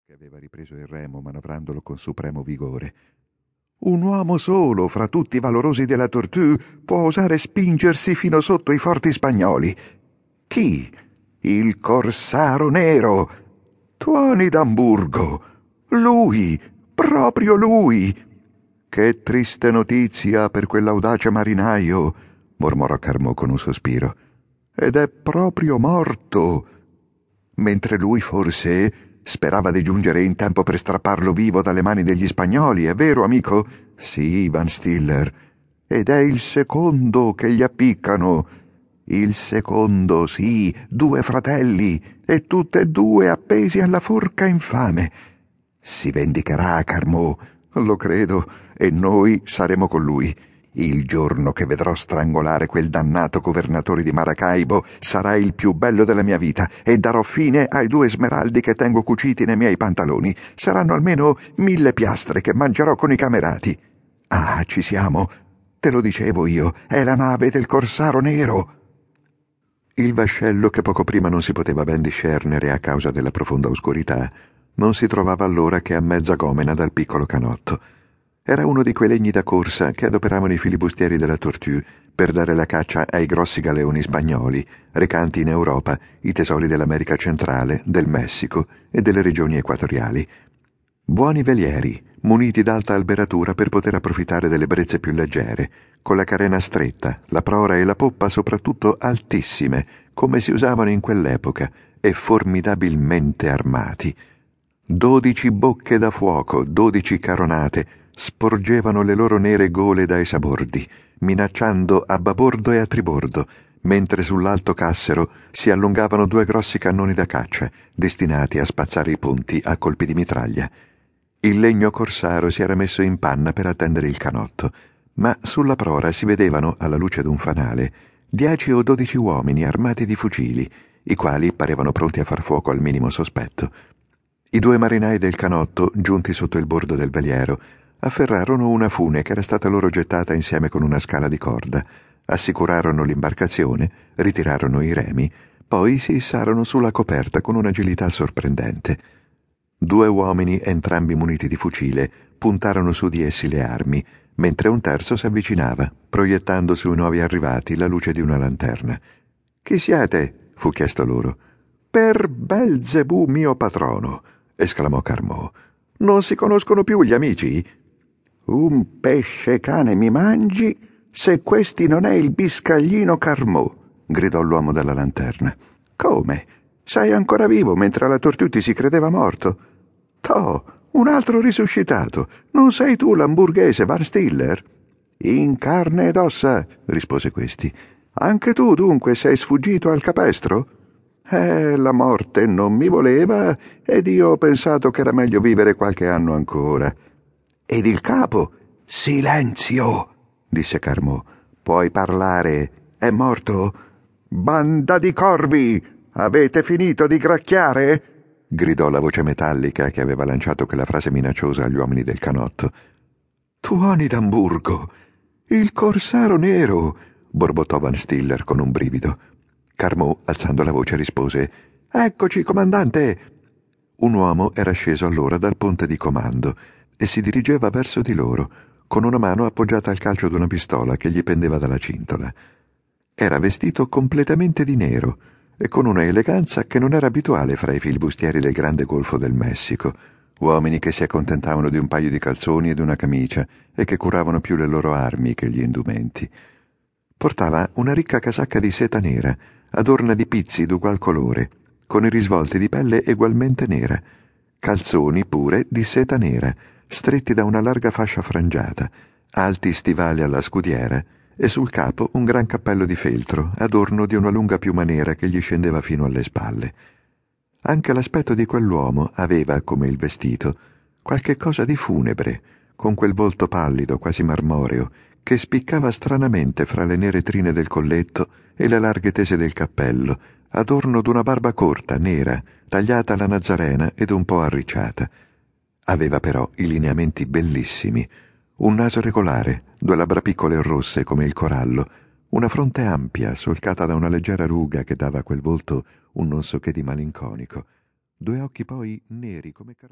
che aveva ripreso il remo manovrandolo con supremo vigore. Un uomo solo fra tutti i valorosi della Tortue può osare spingersi fino sotto i forti spagnoli. Chi? Il corsaro nero, Tuoni d'Amburgo. Lui, proprio lui. Che triste notizia per quell'audace marinaio, mormorò Carmò con un sospiro. Ed è proprio morto. Mentre lui forse sperava di giungere in tempo per strapparlo vivo dalle mani degli spagnoli, è vero, amico? Sì, Van Stiller. Ed è il secondo che gli appiccano. Il secondo, sì, 2 fratelli, e tutte e 2 appesi alla forca infame. Si vendicherà, Carmò, lo credo, e noi saremo con lui. Il giorno che vedrò strangolare quel dannato governatore di Maracaibo sarà il più bello della mia vita e darò fine ai 2 smeraldi che tengo cuciti nei miei pantaloni. Saranno almeno 1000 piastre che mangerò con i camerati. Ah, ci siamo. Te lo dicevo io, è la nave del corsaro nero. Il vascello, che poco prima non si poteva ben discernere a causa della profonda oscurità, non si trovava allora che a mezza gomena dal piccolo canotto. Era uno di quei legni da corsa che adoperavano i filibustieri della Tortue per dare la caccia ai grossi galeoni spagnoli, recanti in Europa i tesori dell'America centrale, del Messico e delle regioni equatoriali. Buoni velieri, muniti d'alta alberatura per poter approfittare delle brezze più leggere, con la carena stretta, la prora e la poppa soprattutto altissime, come si usavano in quell'epoca, e formidabilmente armati. 12 bocche da fuoco, 12 caronate, sporgevano le loro nere gole dai sabordi, minacciando a babordo e a tribordo, mentre sull'alto cassero si allungavano 2 grossi cannoni da caccia, destinati a spazzare i ponti a colpi di mitraglia. Il legno corsaro si era messo in panna per attendere il canotto, ma sulla prora si vedevano, alla luce d'un fanale, 10 o 12 uomini armati di fucili, i quali parevano pronti a far fuoco al minimo sospetto. I 2 marinai del canotto, giunti sotto il bordo del veliero, afferrarono una fune che era stata loro gettata insieme con una scala di corda, assicurarono l'imbarcazione, ritirarono i remi, poi si issarono sulla coperta con un'agilità sorprendente. 2 uomini, entrambi muniti di fucile, puntarono su di essi le armi, mentre un terzo si avvicinava, proiettando sui nuovi arrivati la luce di una lanterna. «Chi siete?» fu chiesto loro. «Per Belzebù mio patrono!» esclamò Carmò. «Non si conoscono più gli amici?» «Un pesce cane mi mangi, se questi non è il biscaglino Carmò!» gridò l'uomo dalla lanterna. «Come? Sei ancora vivo mentre alla Tortue ti si credeva morto?» «Toh, un altro risuscitato! Non sei tu l'hamburghese Van Stiller?» «In carne ed ossa!» rispose questi. «Anche tu dunque sei sfuggito al capestro?» La morte non mi voleva ed io ho pensato che era meglio vivere qualche anno ancora.» «Ed il capo?» «Silenzio!» disse Carmò. «Puoi parlare. È morto?» «Banda di corvi! Avete finito di gracchiare?» gridò la voce metallica che aveva lanciato quella frase minacciosa agli uomini del canotto. «Tuoni d'Amburgo! Il corsaro nero!» borbottò Van Stiller con un brivido. Carmò, alzando la voce, rispose: «Eccoci, comandante!» Un uomo era sceso allora dal ponte di comando e si dirigeva verso di loro, con una mano appoggiata al calcio d'una pistola che gli pendeva dalla cintola. Era vestito completamente di nero e con una eleganza che non era abituale fra i filibustieri del grande golfo del Messico, uomini che si accontentavano di un paio di calzoni ed una camicia e che curavano più le loro armi che gli indumenti. Portava una ricca casacca di seta nera, adorna di pizzi d'ugual colore, con i risvolti di pelle egualmente nera, calzoni pure di seta nera, stretti da una larga fascia frangiata, alti stivali alla scudiera e sul capo un gran cappello di feltro, adorno di una lunga piuma nera che gli scendeva fino alle spalle. Anche l'aspetto di quell'uomo aveva, come il vestito, qualche cosa di funebre, con quel volto pallido, quasi marmoreo, che spiccava stranamente fra le nere trine del colletto e le larghe tese del cappello, adorno d'una barba corta, nera, tagliata alla nazzarena ed un po' arricciata. Aveva però i lineamenti bellissimi, un naso regolare, 2 labbra piccole e rosse come il corallo, una fronte ampia, solcata da una leggera ruga che dava a quel volto un non so che di malinconico, 2 occhi poi neri come